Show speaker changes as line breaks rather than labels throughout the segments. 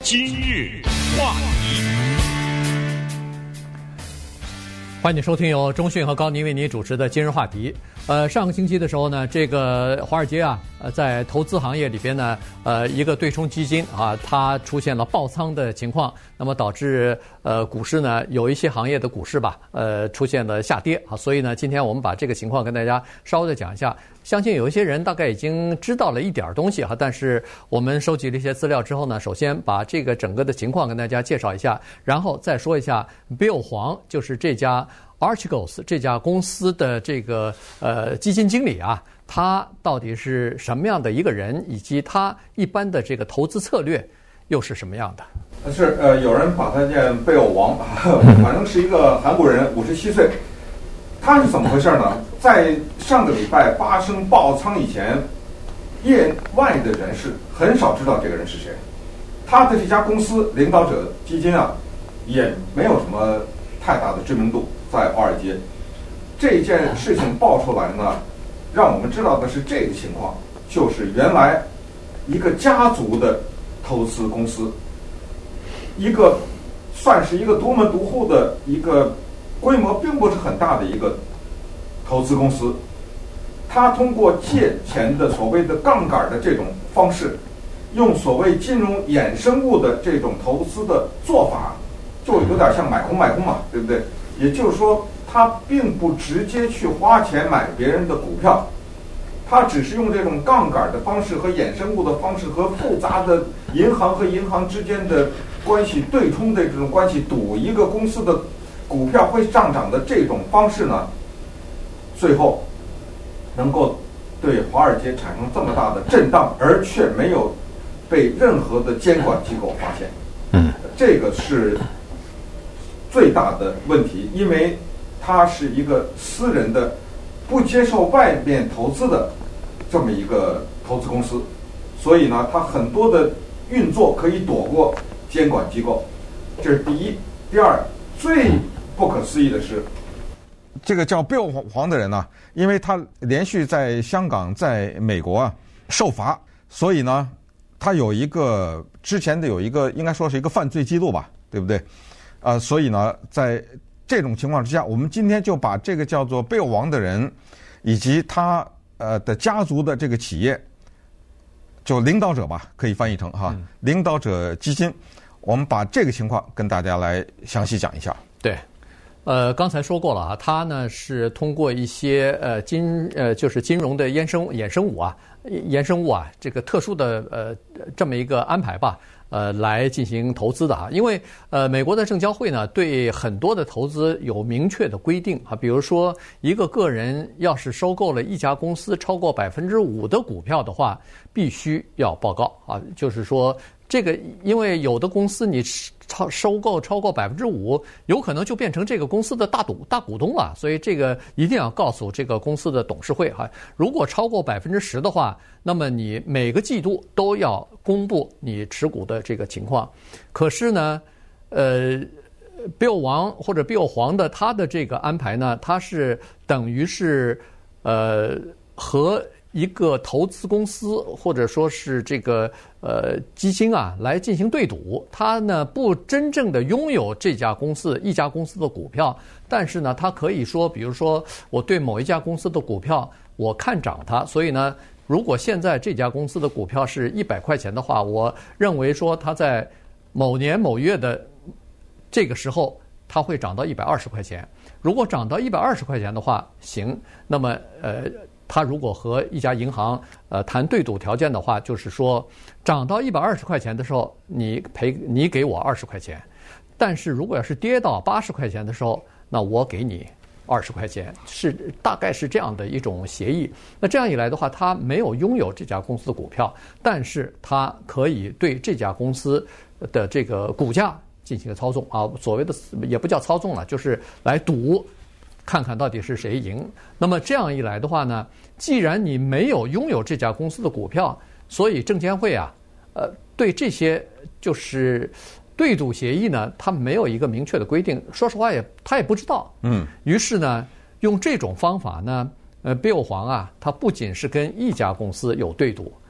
今日话题，
欢迎收听由中讯和高宁为您主持的今日话题。上个星期的时候呢，这个华尔街啊，在投资行业里边呢，一个对冲基金啊，它出现了爆仓的情况，那么导致股市呢有一些行业的股市吧，出现了下跌啊。所以呢，今天我们把这个情况跟大家稍微的讲一下。相信有一些人大概已经知道了一点东西哈，但是我们收集了一些资料之后呢，首先把这个整个的情况跟大家介绍一下，然后再说一下 Bill 黄，就是这家 Archegos 这家公司的这个基金经理啊，他到底是什么样的一个人，以及他一般的这个投资策略又是什么样的？
是有人把他叫贝欧王，反正是一个韩国人，57岁。他是怎么回事呢？在上个礼拜发生爆仓以前，业外的人士很少知道这个人是谁。他的这家公司领导者基金啊，也没有什么太大的知名度在华尔街。这件事情爆出来呢，让我们知道的是这个情况，就是原来一个家族的投资公司，一个算是一个独门独户的一个规模并不是很大的一个投资公司，他通过借钱的所谓的杠杆的这种方式，用所谓金融衍生物的这种投资的做法，就有点像买空卖空嘛，对不对？也就是说，他并不直接去花钱买别人的股票，他只是用这种杠杆的方式和衍生物的方式和复杂的银行和银行之间的关系对冲的这种关系，赌一个公司的股票会上涨的这种方式呢，最后能够对华尔街产生这么大的震荡，而却没有被任何的监管机构发现。这个是最大的问题，因为它是一个私人的、不接受外面投资的这么一个投资公司，所以呢，它很多的运作可以躲过监管机构，这是第一。第二，最不可思议的是，这个叫Bill黄的人呢，因为他连续在香港、在美国啊受罚，所以呢，他之前的有一个应该说是一个犯罪记录吧，对不对？所以呢，在这种情况之下，我们今天就把这个叫做Bill王的人，以及他的家族的这个企业，就领导者吧，可以翻译成领导者基金，我们把这个情况跟大家来详细讲一下。
对。刚才说过了啊，他呢是通过一些就是金融的衍生物啊，这个特殊的这么一个安排吧，来进行投资的啊。因为美国的证交会呢对很多的投资有明确的规定啊，比如说一个个人要是收购了一家公司超过5%的股票的话，必须要报告啊，就是说。这个，因为有的公司你收购超过5%，有可能就变成这个公司的大股东了，所以这个一定要告诉这个公司的董事会哈。如果超过10%的话，那么你每个季度都要公布你持股的这个情况。可是呢，Bill王或者 Bill黄的他的这个安排呢，他是等于是和一个投资公司或者说是这个基金啊来进行对赌，他呢不真正的拥有一家公司的股票，但是呢他可以说，比如说我对某一家公司的股票我看涨它，所以呢如果现在这家公司的股票是100块钱的话，我认为说它在某年某月的这个时候它会涨到120块钱，如果涨到120块钱的话行，那么他如果和一家银行谈对赌条件的话，就是说涨到120块钱的时候，你给我20块钱，但是如果要是跌到80块钱的时候，那我给你20块钱，大概是这样的一种协议。那这样一来的话，他没有拥有这家公司的股票，但是他可以对这家公司的这个股价进行操纵啊，所谓的也不叫操纵了，就是来赌。看看到底是谁赢。那么这样一来的话呢，既然你没有拥有这家公司的股票，所以证监会啊，对这些就是对赌协议呢，它没有一个明确的规定。说实话他也不知道。于是呢，用这种方法呢，Bill黄啊，他不仅是跟一家公司有对赌，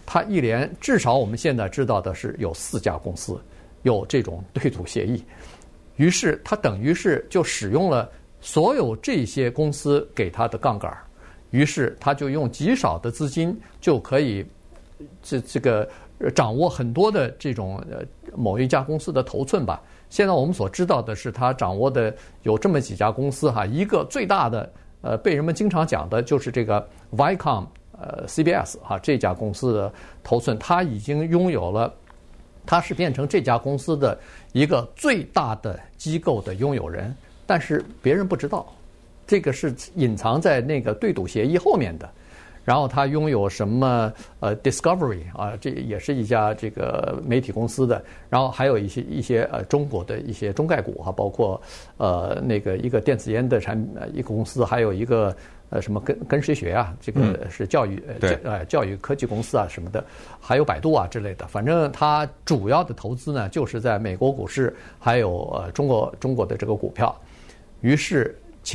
他一连至少我们现在知道的是有4家公司有这种对赌协议，于是他等于是就使用了所有这些公司给他的杠杆，于是他就用极少的资金就可以这个掌握很多的这种某一家公司的头寸吧。现在我们所知道的是，他掌握的有这么几家公司哈，一个最大的被人们经常讲的就是这个 Viacom CBS 哈，这家公司的头寸，他已经拥有了，他是变成这家公司的一个最大的机构的拥有人，但是别人不知道，这个是隐藏在那个对赌协议后面的。然后他拥有什么Discovery 啊，这也是一家这个媒体公司的，然后还有一些中国的一些中概股哈，包括那个一个电子烟的一个公司，还有一个什么跟谁学啊，这个是教育教育科技公司啊什么的，还有百度啊之类的。反正他主要的投资呢，就是在美国股市还有中国的这个股票。于是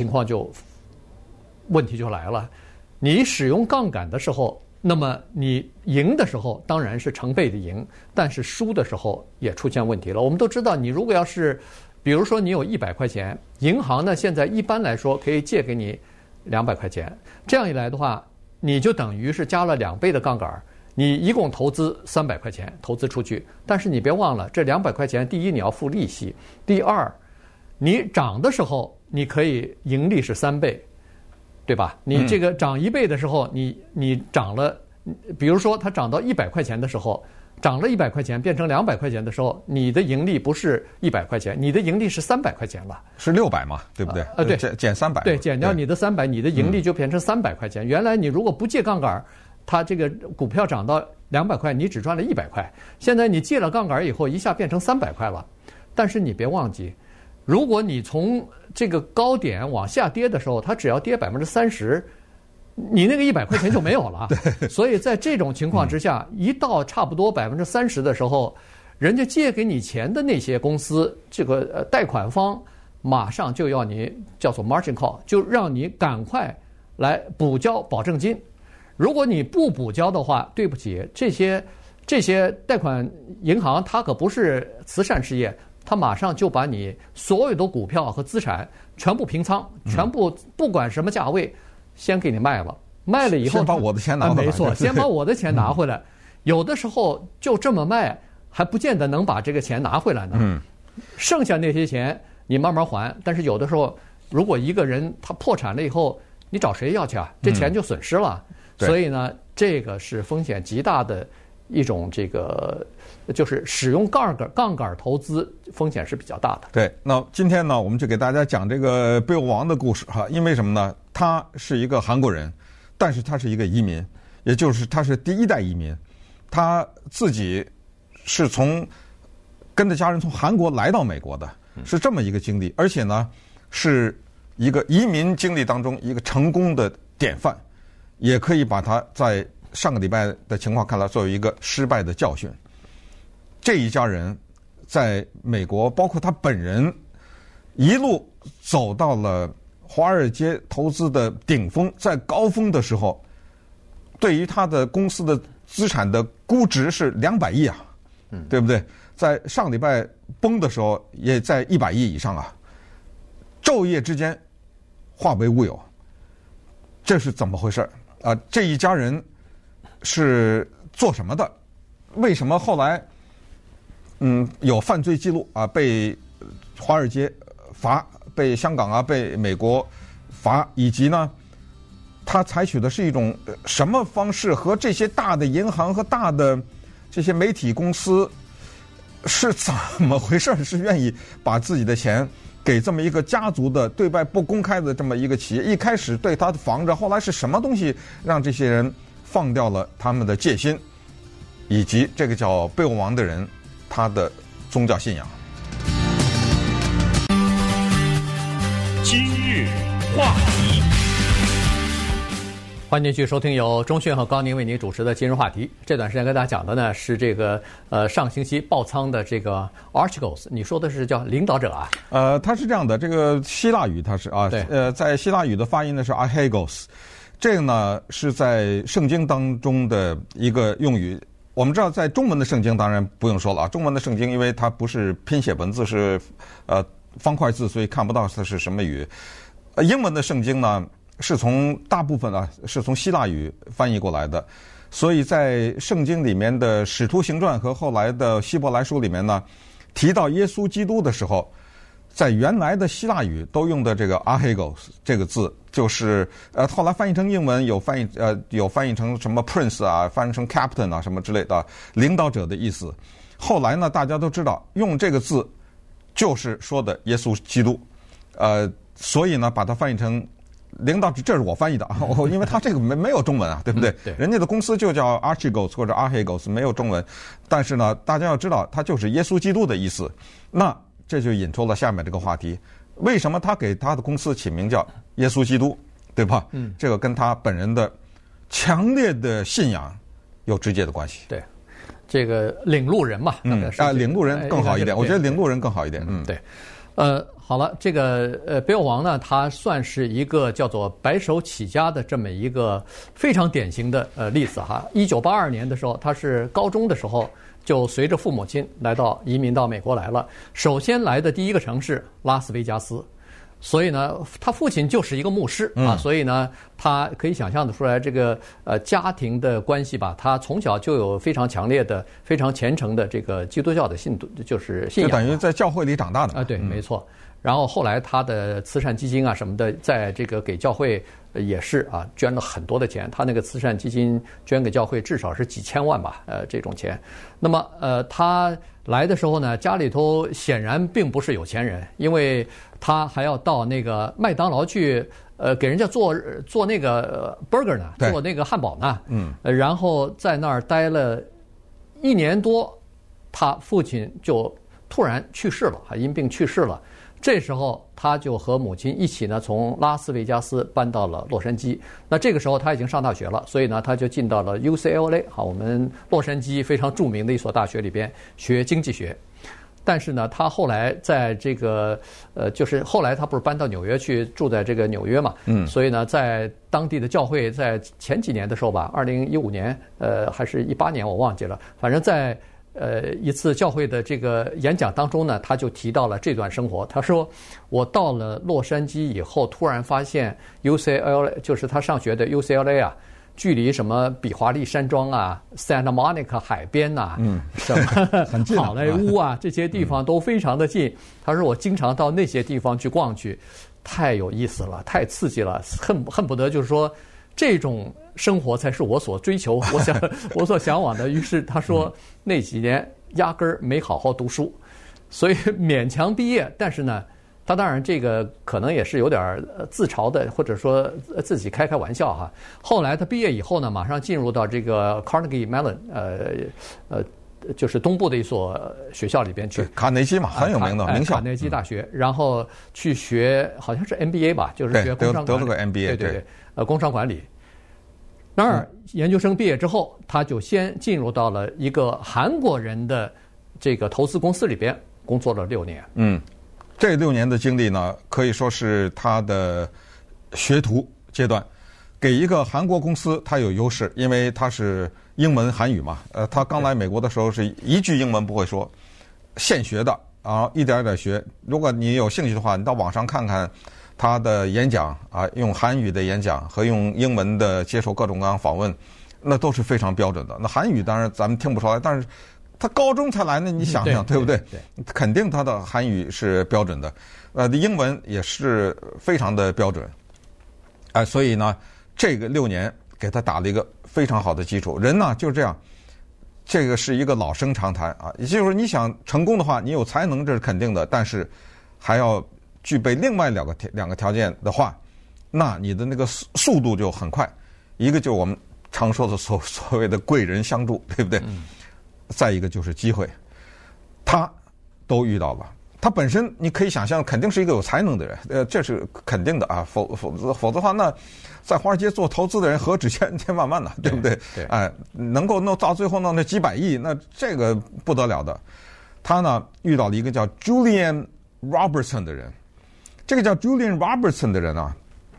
问题就来了。你使用杠杆的时候，那么你赢的时候当然是成倍的赢，但是输的时候也出现问题了。我们都知道，你如果要是，比如说你有100块钱，银行呢现在一般来说可以借给你200块钱，这样一来的话，你就等于是加了2倍的杠杆，你一共投资300块钱投资出去，但是你别忘了，这200块钱，第一你要付利息，第二，你涨的时候你可以盈利是3倍。对吧？你这个涨1倍的时候，你涨了，比如说它涨到100块钱的时候，涨了100块钱变成200块钱的时候，你的盈利不是100块钱，你的盈利是300块钱了，
是600嘛，对不对？
对，
减300，
对，减掉你的300，你的盈利就变成300块钱。原来你如果不借杠杆，它这个股票涨到200块，你只赚了100块。现在你借了杠杆以后，一下变成300块了。但是你别忘记，如果你从这个高点往下跌的时候，它只要跌30%，你那个100块钱就没有了。所以在这种情况之下，一到差不多30%的时候，人家借给你钱的那些公司，这个贷款方马上就要你叫做 margin call， 就让你赶快来补交保证金。如果你不补交的话，对不起，这些贷款银行它可不是慈善事业。他马上就把你所有的股票和资产全部平仓，全部不管什么价位，先给你卖了。卖了以后，
先把我的钱拿回来。
没错，先把我的钱拿回来。有的时候就这么卖，还不见得能把这个钱拿回来呢。剩下那些钱你慢慢还，但是有的时候，如果一个人他破产了以后，你找谁要去啊？这钱就损失了。所以呢，这个是风险极大的一种这个。就是使用杠杆投资风险是比较大的。
对，那今天呢，我们就给大家讲这个贝欧王的故事哈。因为什么呢？他是一个韩国人，但是他是一个移民，也就是他是第1代移民，他自己是跟着家人从韩国来到美国的，是这么一个经历，而且呢，是一个移民经历当中一个成功的典范，也可以把他在上个礼拜的情况看来作为一个失败的教训。这一家人在美国，包括他本人，一路走到了华尔街投资的顶峰，在高峰的时候，对于他的公司的资产的估值是200亿啊，对不对？在上礼拜崩的时候，也在100亿以上啊，昼夜之间化为乌有，这是怎么回事啊？这一家人是做什么的？为什么后来？有犯罪记录啊，被华尔街罚，被香港啊，被美国罚，以及呢，他采取的是一种什么方式和这些大的银行和大的这些媒体公司是怎么回事？是愿意把自己的钱给这么一个家族的对外不公开的这么一个企业？一开始对他防着，后来是什么东西让这些人放掉了他们的戒心，以及这个叫贝欧王的人他的宗教信仰。
今日话题，
欢迎继续收听由钟迅和高宁为您主持的今日话题。这段时间跟大家讲的呢是这个上星期爆仓的这个 Archegos， 你说的是叫领导者啊？
他是这样的，这个希腊语他是啊，在希腊语的发音呢是 Archegos。 这个呢是在圣经当中的一个用语。我们知道，在中文的圣经当然不用说了啊，中文的圣经因为它不是拼写文字，是方块字，所以看不到它是什么语。英文的圣经呢，是从大部分是从希腊语翻译过来的，所以在圣经里面的使徒行传和后来的希伯来书里面呢，提到耶稣基督的时候，在原来的希腊语都用的这个 archegos 这个字，就是后来翻译成英文有翻译成什么 prince 啊，翻译成 captain 啊什么之类的领导者的意思。后来呢，大家都知道用这个字就是说的耶稣基督，所以呢把它翻译成领导者，这是我翻译的啊，因为他这个没有中文啊，对不对？
对，
人家的公司就叫 archegos 或者 archegos， 没有中文，但是呢，大家要知道，它就是耶稣基督的意思。那这就引出了下面这个话题：为什么他给他的公司起名叫耶稣基督，对吧？这个跟他本人的强烈的信仰有直接的关系。
对，这个领路人嘛，
领路人更好一点，我觉得领路人更好一点。
对。好了，这个北欧王呢，他算是一个叫做白手起家的这么一个非常典型的例子哈。1982年的时候，他是高中的时候就随着父母亲移民到美国来了。首先来的第一个城市拉斯维加斯，所以呢，他父亲就是一个牧师啊，所以呢，他可以想象得出来这个家庭的关系吧。他从小就有非常强烈的、非常虔诚的这个基督教的信仰，
就等于在教会里长大的
啊。对，没错。然后后来他的慈善基金啊什么的，在这个给教会也是啊捐了很多的钱。他那个慈善基金捐给教会至少是几千万吧，这种钱。那么他来的时候呢，家里头显然并不是有钱人，因为他还要到那个麦当劳去给人家做那个 burger 呢，做那个汉堡呢。然后在那儿待了1年多，他父亲就突然去世了，因病去世了。这时候他就和母亲一起呢，从拉斯维加斯搬到了洛杉矶。那这个时候他已经上大学了，所以呢他就进到了 UCLA， 我们洛杉矶非常著名的一所大学里边学经济学。但是呢，他后来在这个就是后来他不是搬到纽约去住在这个纽约嘛，所以呢，在当地的教会在前几年的时候吧，2015年还是18年我忘记了，反正在一次教会的这个演讲当中呢，他就提到了这段生活。他说：“我到了洛杉矶以后，突然发现 UCLA 就是他上学的 UCLA 啊，距离什么比华利山庄啊、Santa Monica 海边呐、什么好莱坞啊这些地方都非常的近。他说我经常到那些地方去逛去，太有意思了，太刺激了，恨不得就是说。”这种生活才是我所追求，我所向往的。于是他说，那几年压根儿没好好读书，所以勉强毕业。但是呢，他当然这个可能也是有点自嘲的，或者说自己开玩笑哈。后来他毕业以后呢，马上进入到这个 Carnegie Mellon，就是东部的一所学校里边去，
卡内基嘛，很有名的名校，
卡内基大学，然后去学好像是 MBA 吧，就是学工商管理，
得了个 MBA，
对，工商管理。然而，研究生毕业之后，他就先进入到了一个韩国人的这个投资公司里边工作了6年。
这6年的经历呢，可以说是他的学徒阶段。给一个韩国公司，他有优势，因为他是英文韩语嘛。他刚来美国的时候是一句英文不会说，现学的啊，一点点学。如果你有兴趣的话，你到网上看看他的演讲啊，用韩语的演讲和用英文的接受各种各样访问，那都是非常标准的。那韩语当然咱们听不出来，但是他高中才来呢，你想想对不对？肯定他的韩语是标准的，英文也是非常的标准。所以呢，这个6年给他打了一个非常好的基础。人呢就是这样，这个是一个老生常谈啊，也就是你想成功的话，你有才能这是肯定的，但是还要具备另外两个条件的话，那你的那个速度就很快。一个就是我们常说的所谓的贵人相助，对不对？再一个就是机会，他都遇到了。他本身你可以想象，肯定是一个有才能的人，这是肯定的啊。否则的话，那在华尔街做投资的人何止千万呢，对不对？
对，
能够弄到最后弄那几百亿，那这个不得了的。他呢遇到了一个叫 Julian Robertson 的人，这个叫 Julian Robertson 的人啊，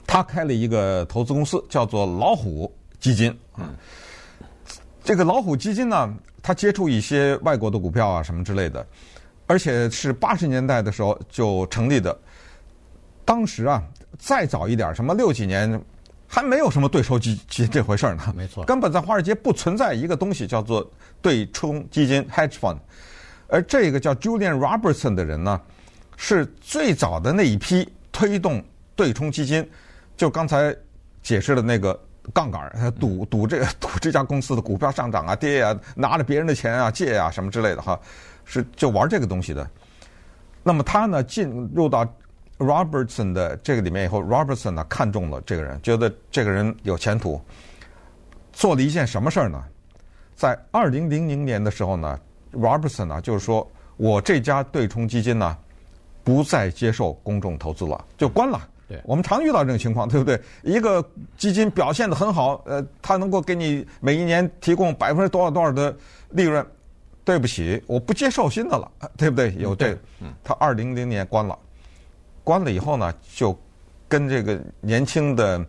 他开了一个投资公司，叫做老虎基金。这个老虎基金呢，他接触一些外国的股票啊什么之类的，而且是80年代的时候就成立的。当时啊，再早一点，什么60几年，还没有什么对冲基金这回事呢。
没错，
根本在华尔街不存在一个东西叫做对冲基金 （hedge fund）。而这个叫 Julian Robertson 的人呢，是最早的那一批推动对冲基金，就刚才解释的那个杠杆，赌这家公司的股票上涨啊、跌啊，拿着别人的钱啊、借啊什么之类的哈，就玩这个东西的。那么他呢进入到 Robertson 的这个里面以后 ，Robertson 呢看中了这个人，觉得这个人有前途，做了一件什么事儿呢？在2000年的时候呢 ，Robertson 呢就是说我这家对冲基金呢不再接受公众投资了，就关了。
对，
我们常遇到这种情况，对不对？一个基金表现得很好，它能够给你每一年提供多少多少的利润，对不起，我不接受新的了，对不对？有这个，他2000年关了，关了以后呢，就跟这个年轻的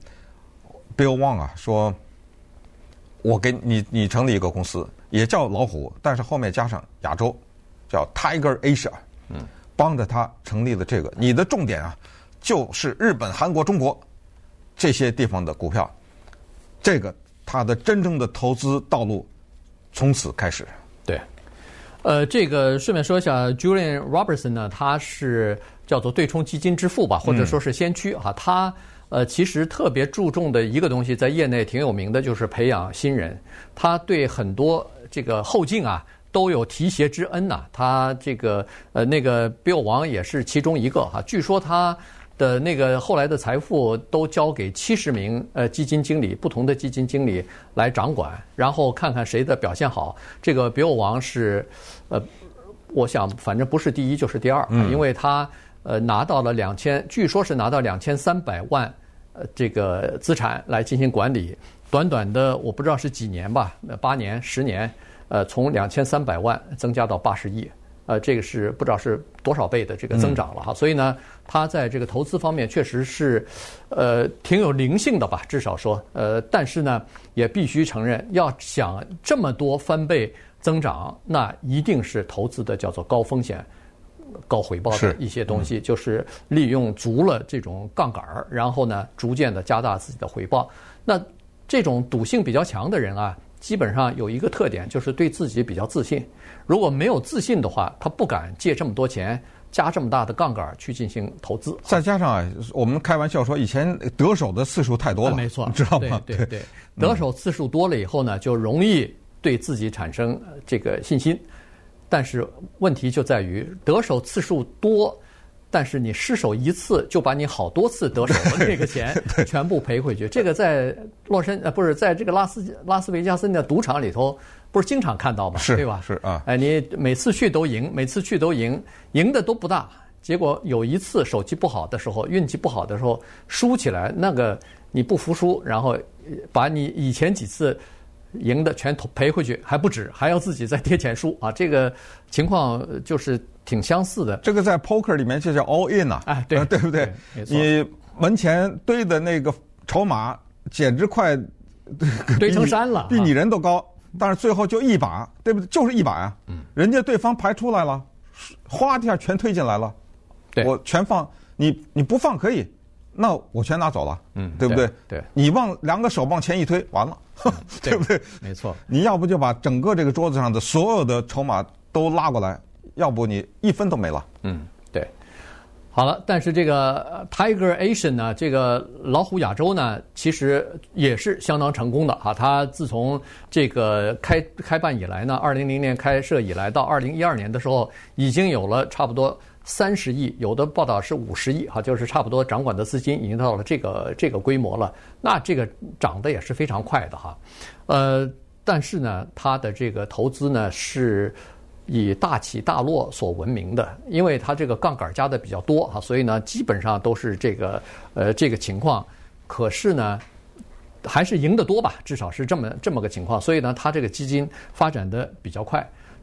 Bill Wang 啊说，我给你成立一个公司，也叫老虎，但是后面加上亚洲，叫 Tiger Asia，帮着他成立了这个，你的重点啊。就是日本、韩国、中国这些地方的股票，这个它的真正的投资道路从此开始。
对，这个顺便说一下 ，Julian Robertson 呢，他是叫做对冲基金之父吧，或者说是先驱哈。他其实特别注重的一个东西，在业内挺有名的，就是培养新人。他对很多这个后进啊。都有提携之恩呐，他这个那个 Bill 王也是其中一个哈。据说他的那个后来的财富都交给70名基金经理，不同的基金经理来掌管，然后看看谁的表现好。这个 Bill 王是我想反正不是第一就是第二，因为他拿到了据说是拿到2300万这个资产来进行管理，短短的我不知道是几年吧，8年10年。从2300万增加到80亿，这个是不知道是多少倍的这个增长了哈。所以呢，他在这个投资方面确实是，挺有灵性的吧，至少说，但是呢，也必须承认，要想这么多翻倍增长，那一定是投资的叫做高风险、高回报的一些东西，就是利用足了这种杠杆，然后呢，逐渐的加大自己的回报。那这种赌性比较强的人啊。基本上有一个特点，就是对自己比较自信。如果没有自信的话，他不敢借这么多钱，加这么大的杠杆去进行投资。
再加上啊，我们开玩笑说，以前得手的次数太多了，
没错，
知道吗？
对，得手次数多了以后呢，就容易对自己产生这个信心。但是问题就在于得手次数多。但是你失手一次，就把你好多次得手的那个钱全部赔回去。这个在不是在这个拉斯维加斯的赌场里头，不是经常看到吗？对吧？
是啊。
你每次去都赢，赢的都不大。结果有一次手气不好的时候，运气不好的时候，输起来那个你不服输，然后把你以前几次赢的全赔回去，还不止，还要自己再贴钱输啊！这个情况就是挺相似的。
这个在 poker 里面就叫 all in 啊，
对
不对？你门前堆的那个筹码简直快
堆成山了，
比你人都高，但是最后就一把，对不对？就是一把呀。人家对方牌出来了，哗一下全推进来了，我全放，你不放可以。那我全拿走了，对不对？
对，
你两个手往前一推，完了，对不对？
没错。
你要不就把整个这个桌子上的所有的筹码都拉过来，要不你1分都没了。
对。好了，但是这个 Tiger Asia 呢，这个老虎亚洲呢，其实也是相当成功的哈。它自从这个开办以来呢，2000年开设以来到2012年的时候，已经有了差不多30亿，有的报道是50亿哈，就是差不多掌管的资金已经到了这个规模了。那这个涨得也是非常快的哈。但是呢，它的这个投资呢是以大起大落所闻名的，因为它这个杠杆加的比较多哈，所以呢基本上都是这个情况。可是呢，还是赢得多吧，至少是这么个情况。所以呢，它这个基金发展的比较快。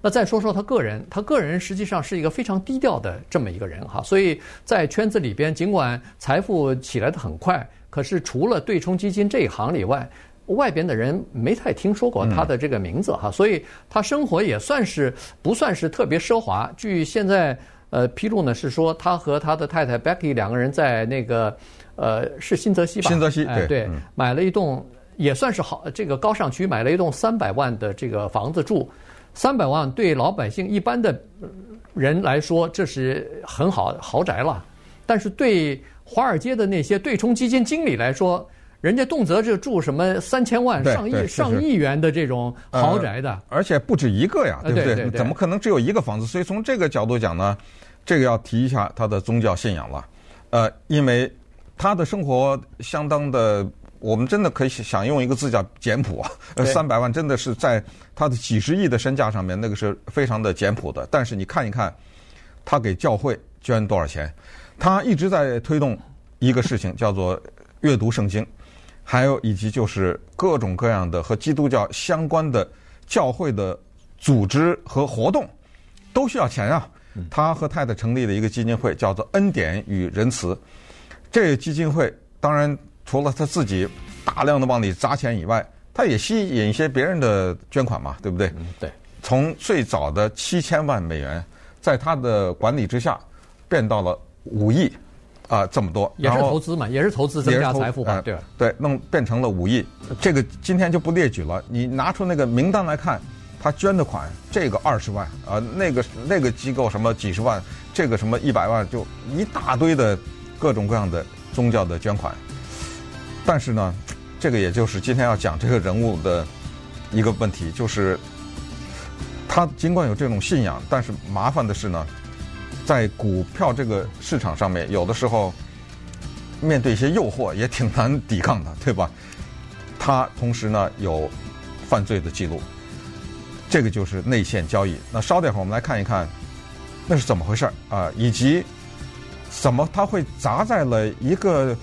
那再说说他个人，他个人实际上是一个非常低调的这么一个人哈，所以在圈子里边，尽管财富起来得很快，可是除了对冲基金这一行里外边的人没太听说过他的这个名字哈，所以他生活也不算是特别奢华。据现在披露呢是说，他和他的太太 Becky 2个人在那个是新泽西吧？
新泽西
对，买了一栋也算是好这个高尚区，买了一栋300万的这个房子住。300万对老百姓一般的人来说，这是很好豪宅了，但是对华尔街的那些对冲基金经理来说，人家动辄就住什么3000万、上亿元的这种豪宅的，
而且不止一个呀，对不对？
对，
怎么可能只有一个房子？所以从这个角度讲呢，这个要提一下他的宗教信仰了。因为他的生活相当的，我们真的可以想用一个字叫简朴啊。300万真的是在他的几十亿的身价上面，那个是非常的简朴的。但是你看一看，他给教会捐多少钱？他一直在推动一个事情，叫做阅读圣经。还有以及就是各种各样的和基督教相关的教会的组织和活动，都需要钱啊。他和太太成立了一个基金会，叫做恩典与仁慈。这个基金会当然除了他自己大量的往里砸钱以外，他也吸引一些别人的捐款嘛，对不对？
对。
从最早的7000万美元，在他的管理之下，变到了5亿。这么多
也是投资嘛，也是投资增加财富吧，对吧？
对，变成了5亿。这个今天就不列举了，你拿出那个名单来看，他捐的款，这个20万那个机构什么几十万，这个什么100万，就一大堆的各种各样的宗教的捐款。但是呢，这个也就是今天要讲这个人物的一个问题，就是他尽管有这种信仰，但是麻烦的是呢，在股票这个市场上面，有的时候面对一些诱惑也挺难抵抗的，对吧？他同时呢有犯罪的记录，这个就是内线交易。那稍待会儿我们来看一看那是怎么回事啊，以及怎么他会砸在了一个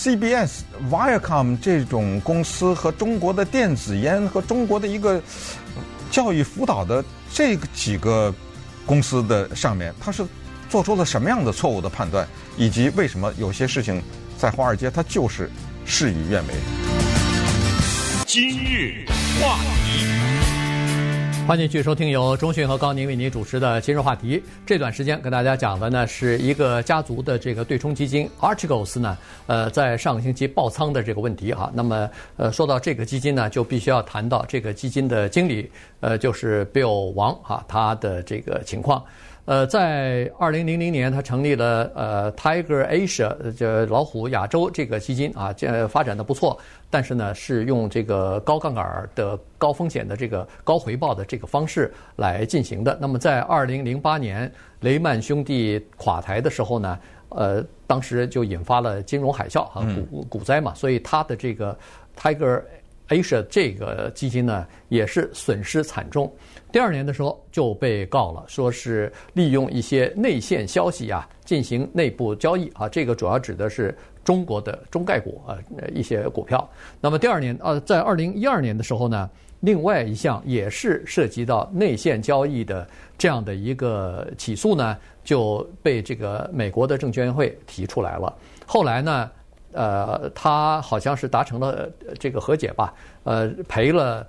CBS、Viacom 这种公司和中国的电子烟和中国的一个教育辅导的这几个公司的上面，他是做出了什么样的错误的判断，以及为什么有些事情在华尔街它就是事与愿违。
今日话题，
欢迎继续收听由钟迅和高宁为您主持的今日话题。这段时间跟大家讲的呢是一个家族的这个对冲基金 Archegos 呢，在上个星期爆仓的这个问题哈。那么说到这个基金呢，就必须要谈到这个基金的经理，就是 Bill 王哈，他的这个情况。在2000年，他成立了Tiger Asia 这老虎亚洲这个基金啊，发展的不错，但是呢是用这个高杠杆的高风险的这个高回报的这个方式来进行的。那么在2008年雷曼兄弟垮台的时候呢，当时就引发了金融海啸啊，股灾嘛，所以他的这个 Tiger Asia 这个基金呢也是损失惨重。第2年的时候就被告了，说是利用一些内线消息啊进行内部交易啊，这个主要指的是中国的中概股啊一些股票。那么第2年在2012年的时候呢，另外一项也是涉及到内线交易的这样的一个起诉呢，就被这个美国的证监会提出来了。后来呢，他好像是达成了这个和解吧，赔了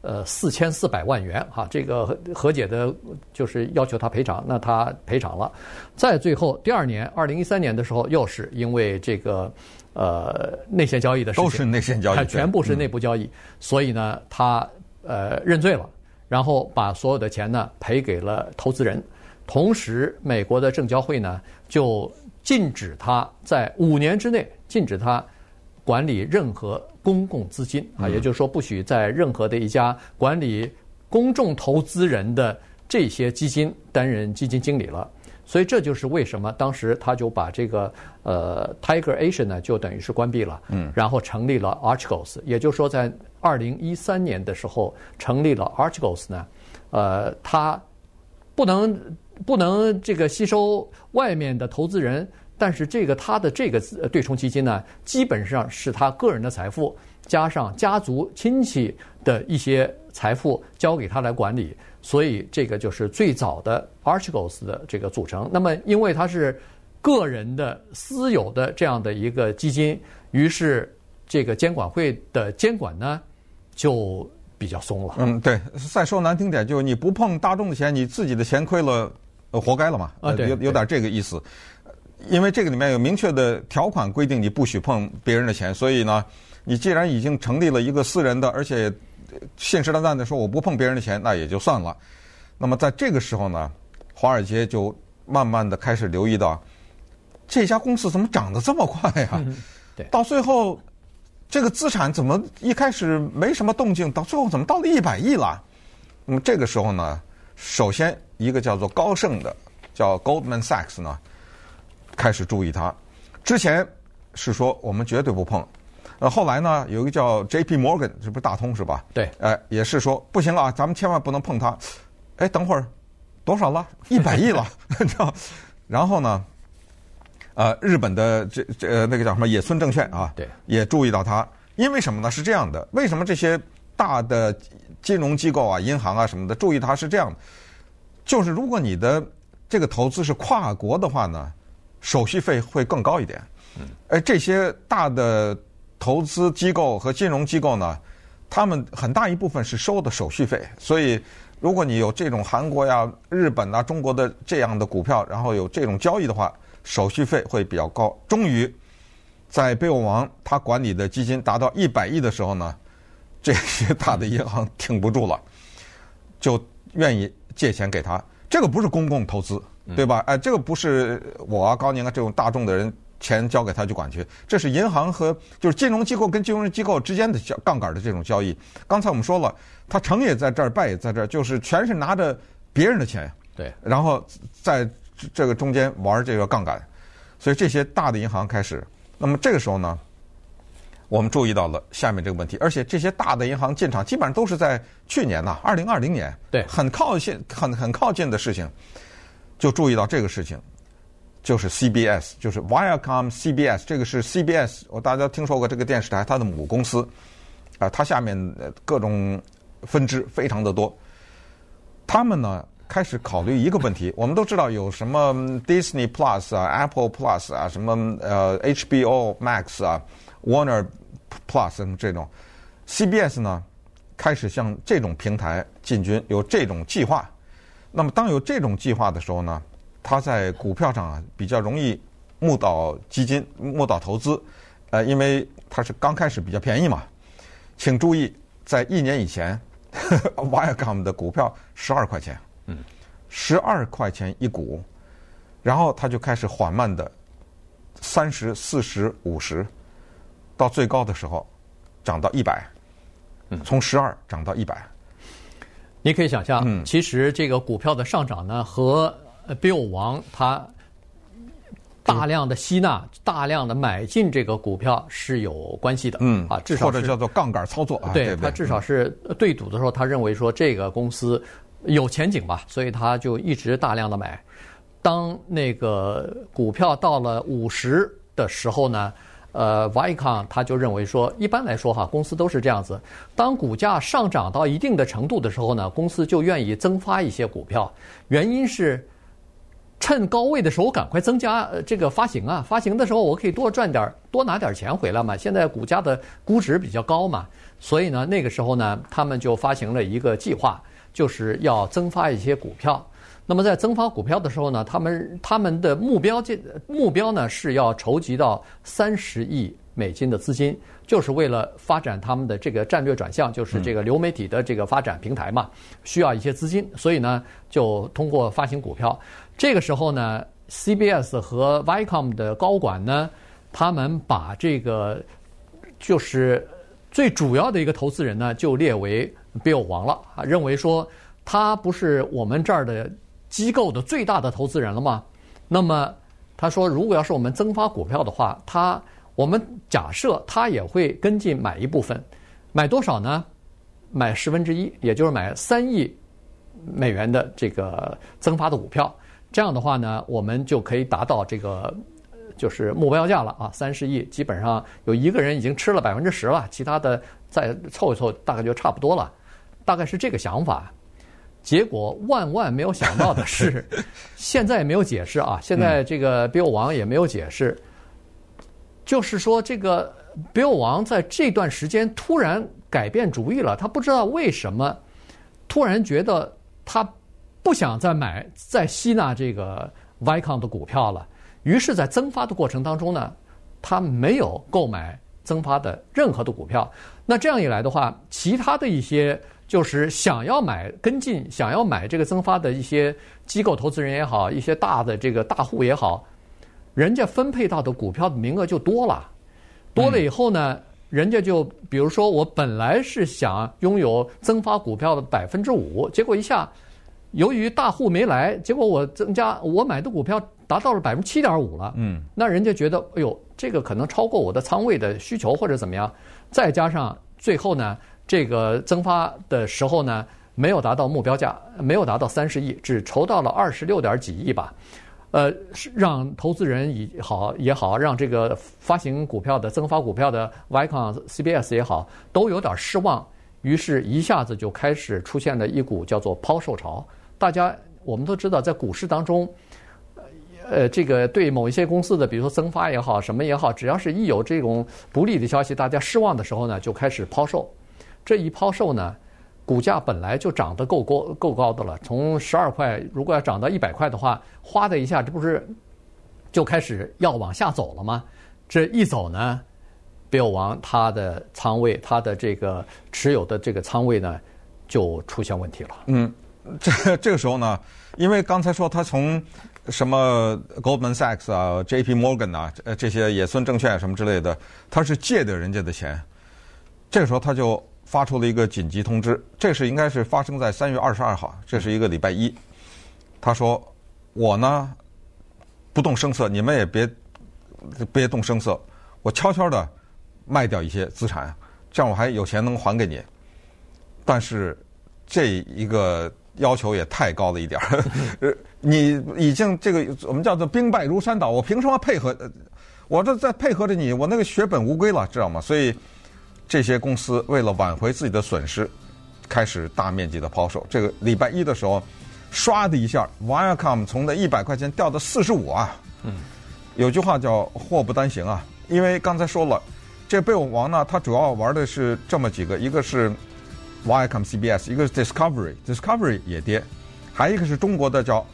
4400万元哈，这个和解的就是要求他赔偿，那他赔偿了。再最后第2年2013年的时候，又是因为这个内线交易的事情，
都是内线交易，
全部是内部交易，所以呢他认罪了，然后把所有的钱呢赔给了投资人。同时美国的证交会呢就禁止他在5年之内禁止他管理任何公共资金啊，也就是说不许在任何的一家管理公众投资人的这些基金担任基金经理了。所以这就是为什么当时他就把这个Tiger Asia 呢就等于是关闭了，然后成立了 Archegos， 也就是说在2013年的时候成立了 Archegos 呢，他不能这个吸收外面的投资人。但是他的这个对冲基金呢，基本上是他个人的财富加上家族亲戚的一些财富交给他来管理， 所以这个就是最早的 Archegos 的这个组成。那么因为它是个人的私有的这样的一个基金，于是这个监管会的监管呢就比较松了。
对，再说难听点，就是你不碰大众的钱，你自己的钱亏了，活该了嘛。
对，
有点这个意思。因为这个里面有明确的条款规定，你不许碰别人的钱，所以呢，你既然已经成立了一个私人的，而且信誓旦旦的说我不碰别人的钱，那也就算了。那么在这个时候呢，华尔街就慢慢的开始留意到，这家公司怎么涨得这么快呀？
对，
到最后这个资产怎么一开始没什么动静，到最后怎么到了100亿了？那么这个时候呢，首先一个叫做高盛的，叫 Goldman Sachs 呢，开始注意它。之前是说我们绝对不碰，后来呢有一个叫 JP Morgan， 这不是大通是吧？
对，
也是说不行了，咱们千万不能碰它。等会儿多少了？100亿了，知道？然后呢，日本的那个叫什么野村证券啊，
对，
也注意到它。因为什么呢？是这样的，为什么这些大的金融机构啊、银行啊什么的注意它是这样的？就是如果你的这个投资是跨国的话呢，手续费会更高一点。这些大的投资机构和金融机构呢，他们很大一部分是收的手续费，所以如果你有这种韩国呀、日本啊、中国的这样的股票，然后有这种交易的话，手续费会比较高。终于在贝欧王他管理的基金达到100亿的时候呢，这些大的银行挺不住了，就愿意借钱给他。这个不是公共投资，对吧？这个不是我啊、高宁啊这种大众的人钱交给他就管去，这是银行和就是金融机构跟金融机构之间的杠杆的这种交易。刚才我们说了，他成也在这儿，败也在这儿，就是全是拿着别人的钱，
对，
然后在这个中间玩这个杠杆，所以这些大的银行开始。那么这个时候呢，我们注意到了下面这个问题，而且这些大的银行进场基本上都是在去年呐，2020年，
对，
很靠近的事情，就注意到这个事情。就是 CBS， 就是 Viacom CBS， 这个是 CBS， 大家听说过这个电视台，它的母公司，它下面各种分支非常的多。他们呢开始考虑一个问题，我们都知道有什么 Disney Plus 啊、Apple Plus 啊、什么HBO Max 啊、Warner Plus 什么这种 ，CBS 呢开始向这种平台进军，有这种计划。那么当有这种计划的时候呢，它在股票上啊比较容易募到基金、募到投资，因为它是刚开始比较便宜嘛。请注意，在1年以前，Viacom 的股票12块钱，12块钱一股，然后它就开始缓慢的30、40、50，到最高的时候涨到100，从12涨到100。
你可以想象，其实这个股票的上涨呢和Bill 王他大量的吸纳、大量的买进这个股票是有关系的。至少
或者叫做杠杆操作啊。
对，他至少是对赌的时候，他认为说这个公司有前景吧，所以他就一直大量的买。当那个股票到了50的时候呢，Viacom 他就认为说，一般来说公司都是这样子，当股价上涨到一定的程度的时候呢，公司就愿意增发一些股票，原因是趁高位的时候赶快增加这个发行啊，发行的时候我可以多拿点钱回来嘛，现在股价的估值比较高嘛，所以呢那个时候呢，他们就发行了一个计划，就是要增发一些股票。那么在增发股票的时候呢，他们的目标呢是要筹集到30亿美金的资金，就是为了发展他们的这个战略转向，就是这个流媒体的这个发展平台嘛，需要一些资金，所以呢就通过发行股票。这个时候呢 ，CBS 和 Viacom 的高管呢，他们把这个就是最主要的一个投资人呢，就列为 Bill 王了啊，认为说他不是我们这儿的机构的最大的投资人了吗？那么他说，如果要是我们增发股票的话，我们假设他也会跟进买一部分，买多少呢？买1/10，也就是买3亿美元的这个增发的股票。这样的话呢，我们就可以达到这个就是目标价了啊，30亿，基本上有一个人已经吃了10%了，其他的再凑一凑，大概就差不多了，大概是这个想法。 结果万万没有想到的是，现在也没有解释啊。现在这个 Bill 王也没有解释，就是说这个 Bill 王在这段时间突然改变主意了，他不知道为什么，突然觉得他不想再吸纳这个 Vicon 的股票了。于是，在增发的过程当中呢，他没有购买增发的任何的股票。那这样一来的话，其他的一些就是想要买这个增发的一些机构投资人也好，一些大的这个大户也好，人家分配到的股票的名额就多了以后呢，人家就比如说我本来是想拥有增发股票的5%，结果一下由于大户没来，结果我买的股票达到了7.5%了。那人家觉得哎呦，这个可能超过我的仓位的需求或者怎么样，再加上最后呢，这个增发的时候呢，没有达到目标价，没有达到30亿，只筹到了26几亿吧。让投资人也好，让这个发行股票的增发股票的 Vicon、CBS 也好，都有点失望。于是，一下子就开始出现了一股叫做抛售潮。我们都知道，在股市当中，这个对某一些公司的，比如说增发也好，什么也好，只要是一有这种不利的消息，大家失望的时候呢，就开始抛售。这一抛售呢，股价本来就涨得够高的了，从12块，如果要涨到100块的话，哗的一下，这不是就开始要往下走了吗？这一走呢，Bill 王他的仓位，他的这个持有的这个仓位呢，就出现问题了。
这个时候呢，因为刚才说他从什么 Goldman Sachs 啊、JP Morgan 啊这些野村证券什么之类的，他是借的人家的钱。这个时候他就发出了一个紧急通知，这是应该是发生在3月22号，这是一个礼拜一。他说：“我呢不动声色，你们也别动声色，我悄悄的卖掉一些资产，这样我还有钱能还给你。但是这一个要求也太高了一点儿，你已经这个我们叫做兵败如山倒，我凭什么配合？我这在配合着你，我那个血本无归了，知道吗？所以这些公司为了挽回自己的损失，开始大面积的抛售。这个礼拜一的时候，唰的一下 ，Viacom 从那100块钱掉到45啊。有句话叫祸不单行啊，因为刚才说了，这贝尔王呢，他主要玩的是这么几个，一个是Viacom CBS， 一个是 Discovery 也跌，还有一个是中国的叫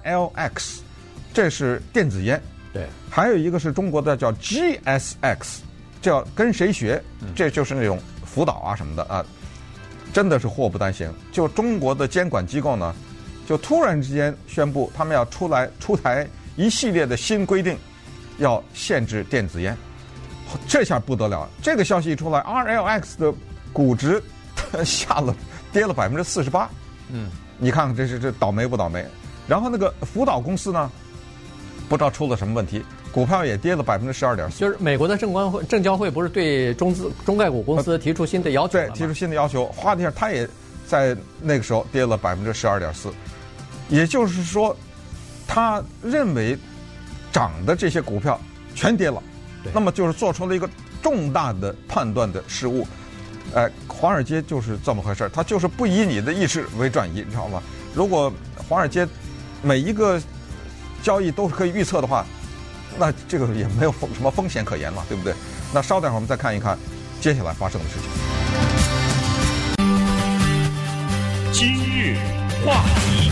RLX， 这是电子烟，
对，
还有一个是中国的叫 GSX， 叫跟谁学，这就是那种辅导啊什么的啊，真的是祸不单行。就中国的监管机构呢，就突然之间宣布他们要出台一系列的新规定，要限制电子烟，这下不得了。这个消息一出来 ，RLX 的股值跌了48%。你看看这倒霉不倒霉？然后那个辅导公司呢，不知道出了什么问题，股票也跌了12.4%。
就是美国的证交会不是对中概股公司提出新的要求了吗？
对，提出新的要求，哗的一下，它也在那个时候跌了12.4%。也就是说，他认为涨的这些股票全跌了，那么就是做出了一个重大的判断的失误。华尔街就是这么回事，它就是不以你的意志为转移，你知道吗？如果华尔街每一个交易都是可以预测的话，那这个也没有什么风险可言嘛，对不对？那稍等会儿我们再看一看接下来发生的事情。
今日话题，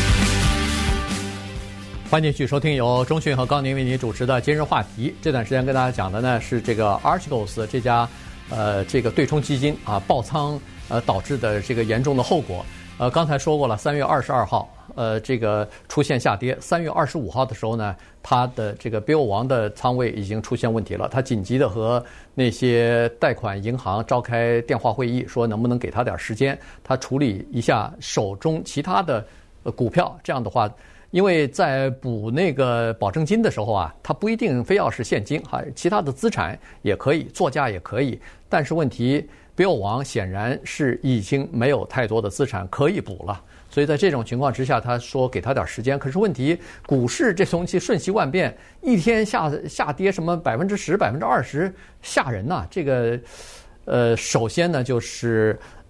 欢迎继续收听由钟迅和高宁为您主持的今日话题。这段时间跟大家讲的呢是这个 Archegos 这家这个对冲基金啊爆仓导致的这个严重的后果。刚才说过了，3月22号这个出现下跌，3月25号的时候呢，他的这个 Bill 王的仓位已经出现问题了，他紧急的和那些贷款银行召开电话会议，说能不能给他点时间，他处理一下手中其他的股票，这样的话。因为在补那个保证金的时候啊，它不一定非要是现金哈，其他的资产也可以，作价也可以。但是问题 ，Bill 王显然是已经没有太多的资产可以补了，所以在这种情况之下，他说给他点时间。可是问题，股市这东西瞬息万变，一天下跌什么10%、20%，吓人呐！这个首先呢就是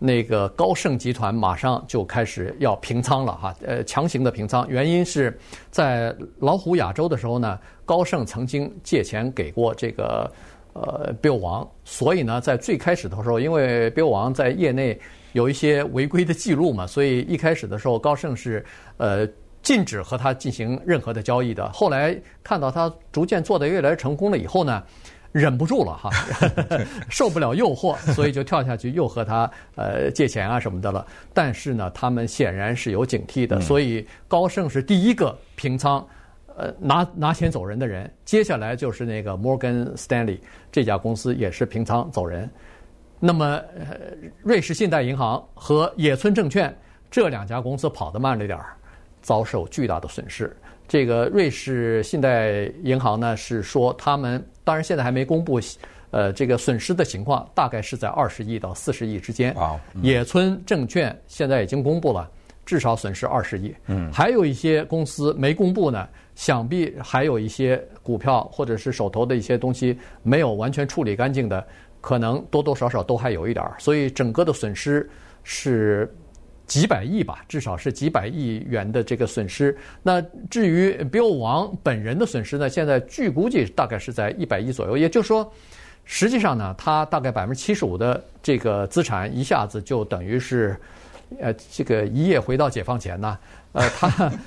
那个高盛集团马上就开始要平仓了哈，强行的平仓。原因是在老虎亚洲的时候呢，高盛曾经借钱给过这个Bill 王，所以呢，在最开始的时候，因为 Bill 王在业内有一些违规的记录嘛，所以一开始的时候，高盛是禁止和他进行任何的交易的。后来看到他逐渐做得越来越成功了以后呢，忍不住了哈，受不了诱惑，所以就跳下去又和他借钱啊什么的了。但是呢，他们显然是有警惕的，所以高盛是第一个平仓拿钱走人的人。接下来就是那个 Morgan Stanley 这家公司也是平仓走人。那么瑞士信贷银行和野村证券这2家公司跑得慢了点儿，遭受巨大的损失。这个瑞士信贷银行呢是说他们当然现在还没公布这个损失的情况，大概是在20亿到40亿之间。野村证券现在已经公布了，至少损失20亿。还有一些公司没公布呢，想必还有一些股票或者是手头的一些东西没有完全处理干净的，可能多多少少都还有一点。所以整个的损失是几百亿吧，至少是几百亿元的这个损失。那至于 Bill 王本人的损失呢，现在据估计大概是在100亿左右。也就是说，实际上呢，他大概75%的这个资产一下子就等于是，这个一夜回到解放前呢。他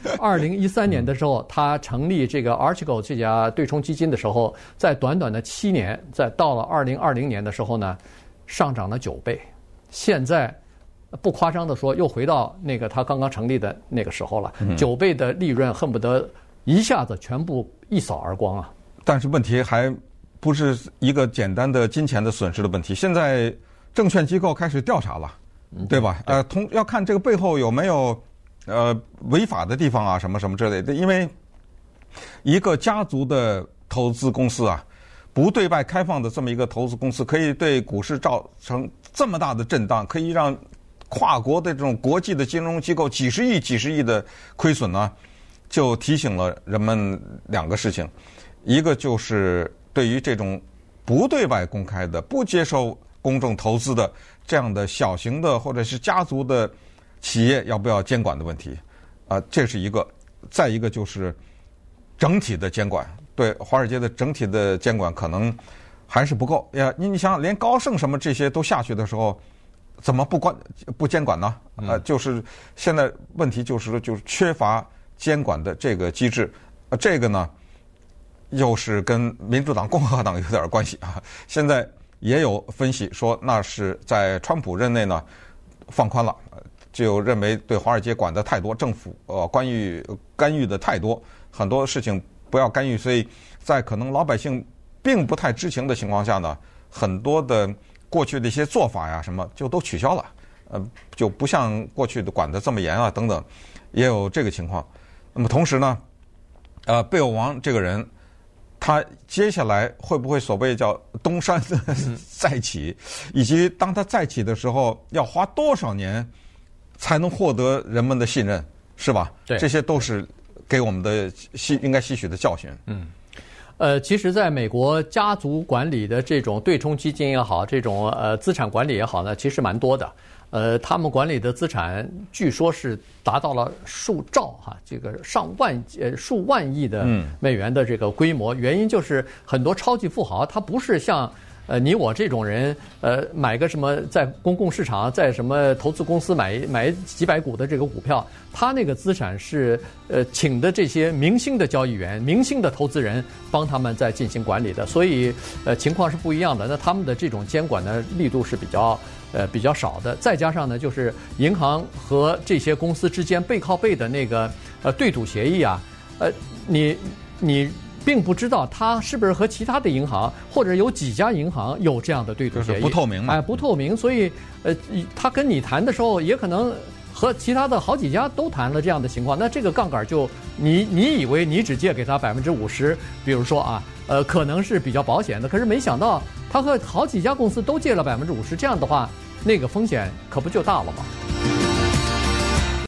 2013年的时候，他成立这个 Archegos 这家对冲基金的时候，在短短的7年，到了2020年的时候呢，上涨了9倍。现在不夸张的说，又回到那个他刚刚成立的那个时候了，9倍的利润恨不得一下子全部一扫而光啊！
但是问题还不是一个简单的金钱的损失的问题，现在证券机构开始调查了，对吧？要看这个背后有没有违法的地方啊，什么什么之类的。因为一个家族的投资公司啊，不对外开放的这么一个投资公司，可以对股市造成这么大的震荡，可以让跨国的这种国际的金融机构几十亿的亏损呢，就提醒了人们2个事情。一个就是对于这种不对外公开的、不接受公众投资的这样的小型的或者是家族的企业要不要监管的问题这是一个。再一个就是整体的监管，对华尔街的整体的监管可能还是不够呀。你想想，连高盛什么这些都下去的时候，怎么不监管呢？就是现在问题就是缺乏监管的这个机制。这个呢，又是跟民主党、共和党有点关系啊。现在也有分析说，那是在川普任内呢放宽了，就认为对华尔街管得太多，政府干预的太多，很多事情不要干预。所以在可能老百姓并不太知情的情况下呢，很多的过去的一些做法呀什么就都取消了，就不像过去的管得这么严啊等等，也有这个情况。那么同时呢，贝尔王这个人，他接下来会不会所谓叫东山再起，以及当他再起的时候要花多少年才能获得人们的信任，是吧？
对，
这些都是给我们的应该吸取的教训。
其实在美国家族管理的这种对冲基金也好，这种资产管理也好呢，其实蛮多的。他们管理的资产据说是达到了数兆这个数万亿的美元的这个规模。原因就是很多超级富豪他不是像你我这种人买个什么在公共市场在什么投资公司买几百股的这个股票，他那个资产是请的这些明星的交易员、明星的投资人帮他们在进行管理的，所以情况是不一样的。那他们的这种监管的力度是比较少的。再加上呢，就是银行和这些公司之间背靠背的那个对赌协议啊，你并不知道它是不是和其他的银行或者有几家银行有这样的对赌协议，
就是不透明嘛。
不透明，所以他跟你谈的时候，也可能和其他的好几家都谈了这样的情况。那这个杠杆就你以为你只借给他50%，比如说可能是比较保险的，可是没想到他和好几家公司都借了50%，这样的话，那个风险可不就大了吗？